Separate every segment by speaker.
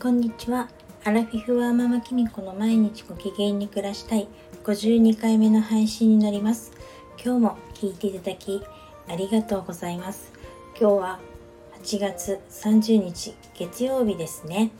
Speaker 1: こんにちは。アラフィフワーママキミコの毎日ご機嫌に暮らしたい52回目の配信になります。今日も聞いていただきありがとうございます。今日は8月30日月曜日ですね。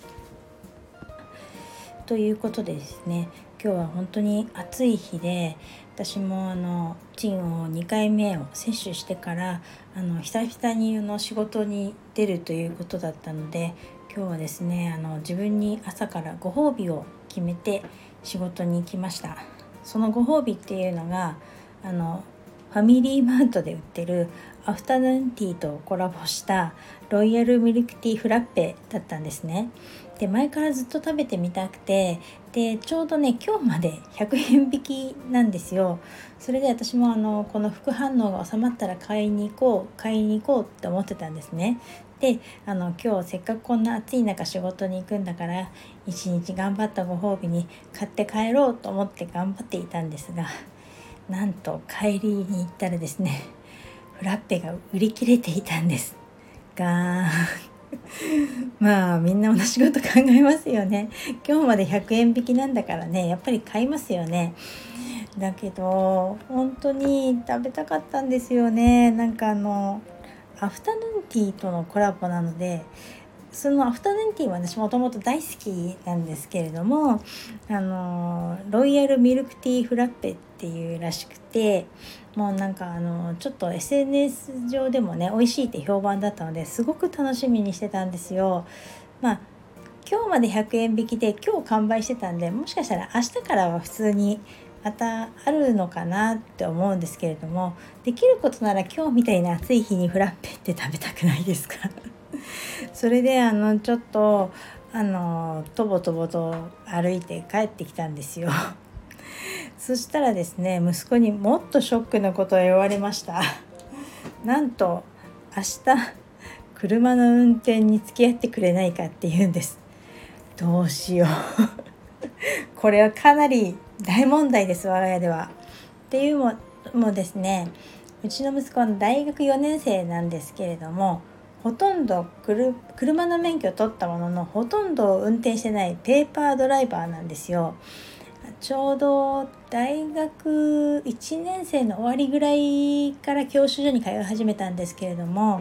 Speaker 1: ということでですね、今日は本当に暑い日で、私もチンを2回目を接種してから久々に仕事に出るということだったので、今日はですね自分に朝からご褒美を決めて仕事に行きました。そのご褒美っていうのがファミリーマートで売ってるアフタヌーンティーとコラボしたロイヤルミルクティーフラッペだったんですね。で、前からずっと食べてみたくて、でちょうどね今日まで100円引きなんですよ。それで私もこの副反応が収まったら買いに行こうって思ってたんですね。で今日せっかくこんな暑い中仕事に行くんだから一日頑張ったご褒美に買って帰ろうと思って頑張っていたんですが、なんと帰りに行ったらですね、フラッペが売り切れていたんですがまあみんな同じこと考えますよね。今日まで100円引きなんだからね、やっぱり買いますよね。だけど本当に食べたかったんですよね。アフタヌーンティーとのコラボなので、そのアフタヌーンティーは私もともと大好きなんですけれども、ロイヤルミルクティーフラッペっていうらしくて、もうちょっと SNS 上でもね美味しいって評判だったので、すごく楽しみにしてたんですよ。今日まで100円引きで今日完売してたんで、もしかしたら明日からは普通にまたあるのかなって思うんですけれども、できることなら今日みたいな暑い日にフラッペって食べたくないですかそれでちょっととぼとぼと歩いて帰ってきたんですよそしたらですね、息子にもっとショックなことを言われましたなんと明日車の運転に付き合ってくれないかって言うんです。どうしようこれはかなり大問題です、我が家では。っていうのもですね、うちの息子は大学4年生なんですけれども、ほとんど車の免許を取ったもののほとんど運転してないペーパードライバーなんですよ。ちょうど大学1年生の終わりぐらいから教習所に通い始めたんですけれども、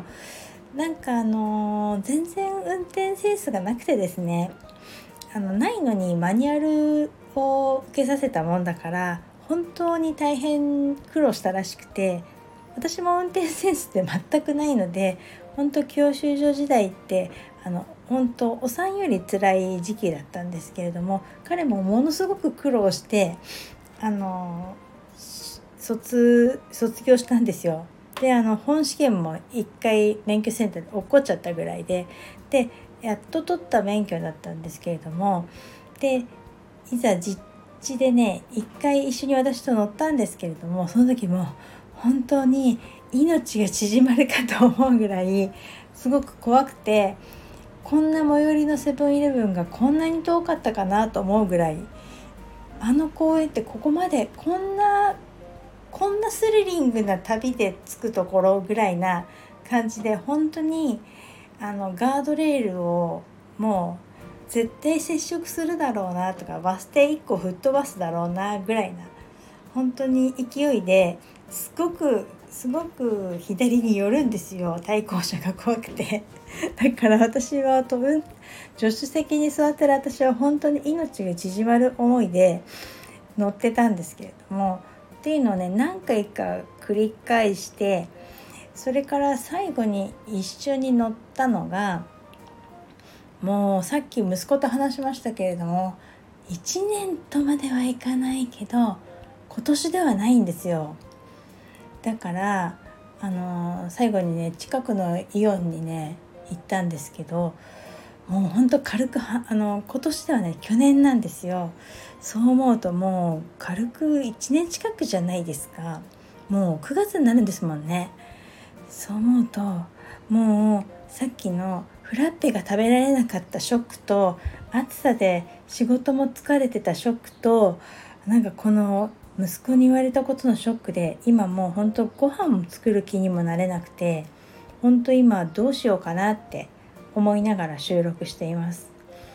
Speaker 1: 全然運転センスがなくてですね、ないのにマニュアルを受けさせたもんだから本当に大変苦労したらしくて、私も運転センスって全くないので、本当教習所時代って本当お産より辛い時期だったんですけれども、彼もものすごく苦労して卒業したんですよ。で本試験も1回免許センターで落っこっちゃったぐらいでやっと取った免許だったんですけれども、でいざ実地でね1回一緒に私と乗ったんですけれども、その時も本当に命が縮まるかと思うぐらいすごく怖くて、こんな最寄りのセブンイレブンがこんなに遠かったかなと思うぐらい、公園ってここまでこんなスリリングな旅で着くところぐらいな感じで、本当にガードレールをもう絶対接触するだろうなとか、バス停1個吹っ飛ばすだろうなぐらいな本当に勢いですごく左に寄るんですよ、対向車が怖くてだから私は助手席に座ってる私は本当に命が縮まる思いで乗ってたんですけれども、っていうのをね何回か繰り返して、それから最後に一緒に乗ったのが、もうさっき息子と話しましたけれども1年とまではいかないけど今年ではないんですよ。だから最後にね近くのイオンにね行ったんですけど、もうほんと軽く今年ではね去年なんですよ。そう思うともう軽く1年近くじゃないですか。もう9月になるんですもんね。そう思うともうさっきのフラッペが食べられなかったショックと、暑さで仕事も疲れてたショックと、この息子に言われたことのショックで、今もう本当ご飯も作る気にもなれなくて、本当今どうしようかなって思いながら収録しています。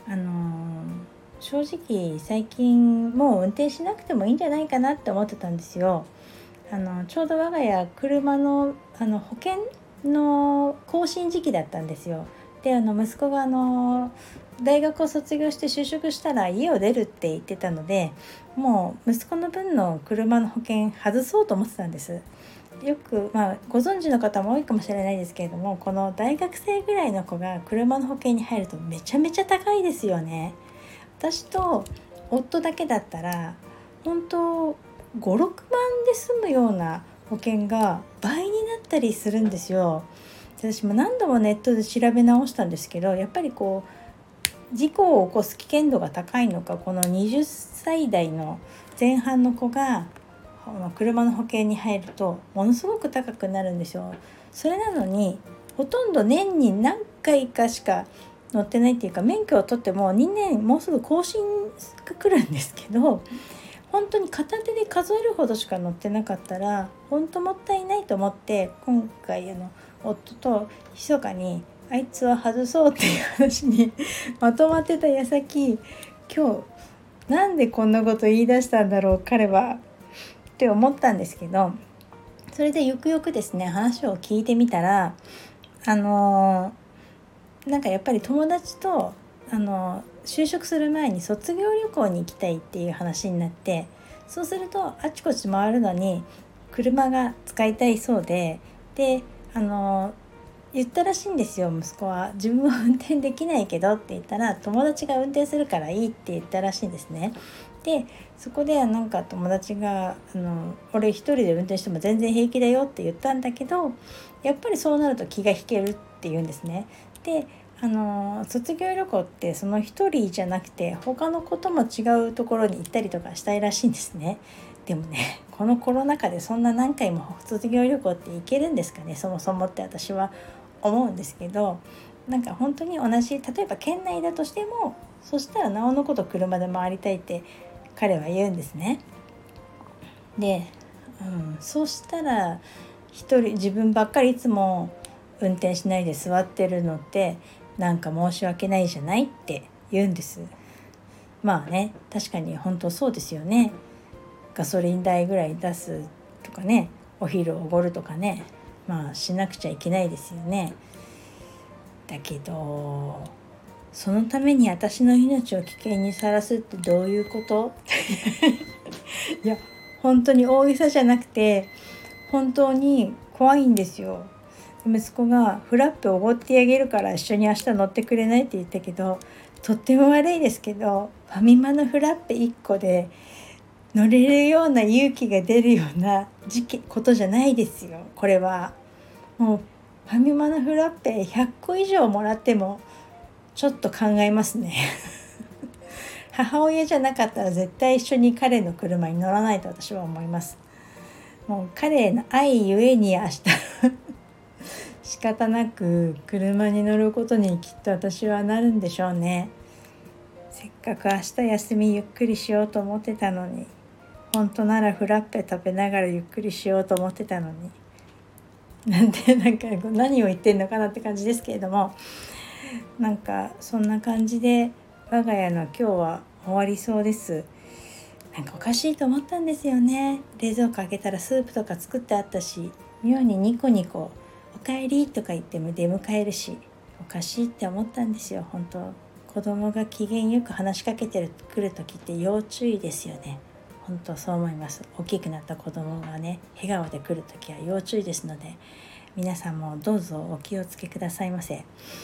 Speaker 1: 正直最近もう運転しなくてもいいんじゃないかなって思ってたんですよ。ちょうど我が家車の、保険の更新時期だったんですよ。で息子が大学を卒業して就職したら家を出るって言ってたので、もう息子の分の車の保険外そうと思ってたんです。よく、ご存知の方も多いかもしれないですけれども、この大学生ぐらいの子が車の保険に入るとめちゃめちゃ高いですよね。私と夫だけだったら本当5、6万で済むような保険が倍になったりするんですよ。私も何度もネットで調べ直したんですけど、やっぱり事故を起こす危険度が高いのか、この20歳代の前半の子が車の保険に入るとものすごく高くなるんですよ。それなのにほとんど年に何回かしか乗ってないっていうか、免許を取っても2年もうすぐ更新が来るんですけど、本当に片手で数えるほどしか乗ってなかったら本当もったいないと思って、今回夫と密かにあいつは外そうっていう話にまとまってた矢先、今日なんでこんなこと言い出したんだろう彼はって思ったんですけど、それでよくよくですね話を聞いてみたら、なんかやっぱり友達と就職する前に卒業旅行に行きたいっていう話になって、そうするとあちこち回るのに車が使いたいそうで、言ったらしいんですよ。息子は自分は運転できないけどって言ったら、友達が運転するからいいって言ったらしいんですね。でそこでなんか友達が俺一人で運転しても全然平気だよって言ったんだけど、やっぱりそうなると気が引けるって言うんですね。で卒業旅行ってその一人じゃなくて他の子とも違うところに行ったりとかしたいらしいんですね。でもね、このコロナ禍でそんな何回も卒業旅行って行けるんですかね、そもそもって私は思うんですけど、なんか本当に同じ、例えば県内だとしても、そしたらなおのこと車で回りたいって彼は言うんですね。で、そうしたら一人自分ばっかりいつも運転しないで座ってるのってなんか申し訳ないじゃないって言うんです。まあね、確かに本当そうですよね。ガソリン代ぐらい出すとかね、お昼おごるとかね、しなくちゃいけないですよね。だけどそのために私の命を危険にさらすってどういうこといや本当に大げさじゃなくて本当に怖いんですよ。息子がフラッペおごってあげるから一緒に明日乗ってくれないって言ったけど、とっても悪いですけどファミマのフラッペ1個で乗れるような勇気が出るようなことじゃないですよ。これはもうファミマのフラッペ100個以上もらってもちょっと考えますね母親じゃなかったら絶対一緒に彼の車に乗らないと私は思います。もう彼への愛ゆえに明日仕方なく車に乗ることにきっと私はなるんでしょうね。せっかく明日休みゆっくりしようと思ってたのに、本当ならフラッペ食べながらゆっくりしようと思ってたのに、なんか何を言ってんのかなって感じですけれども、なんかそんな感じで我が家の今日は終わりそうです。なんかおかしいと思ったんですよね。冷蔵庫開けたらスープとか作ってあったし、妙にニコニコおかえりとか言っても出迎えるし、おかしいって思ったんですよ。本当子供が機嫌よく話しかけてくる時って要注意ですよね。本当そう思います。大きくなった子供がね笑顔で来る時は要注意ですので、皆さんもどうぞお気をつけくださいませ。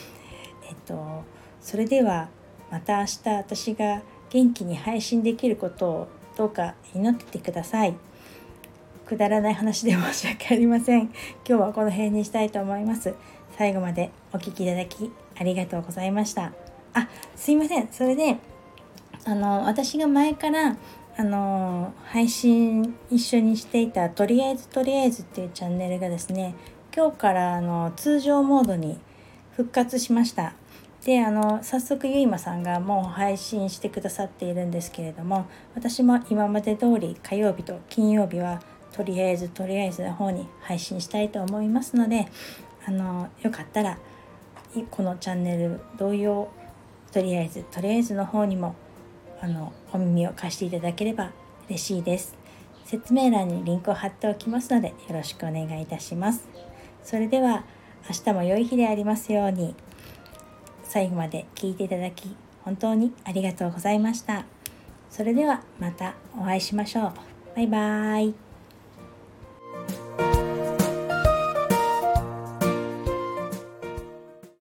Speaker 1: それではまた明日私が元気に配信できることをどうか祈っててください。くだらない話で申し訳ありません。今日はこの辺にしたいと思います。最後までお聞きいただきありがとうございました。すいません。それで私が前から配信一緒にしていたとりあえずっていうチャンネルがですね、今日から通常モードに復活しました。で早速ゆいまさんがもう配信してくださっているんですけれども、私も今まで通り火曜日と金曜日はとりあえずの方に配信したいと思いますので、よかったらこのチャンネル同様とりあえずの方にもお耳を貸していただければ嬉しいです。説明欄にリンクを貼っておきますのでよろしくお願いいたします。それでは明日も良い日でありますように。最後まで聞いていただき本当にありがとうございました。それではまたお会いしましょう。バイバーイ。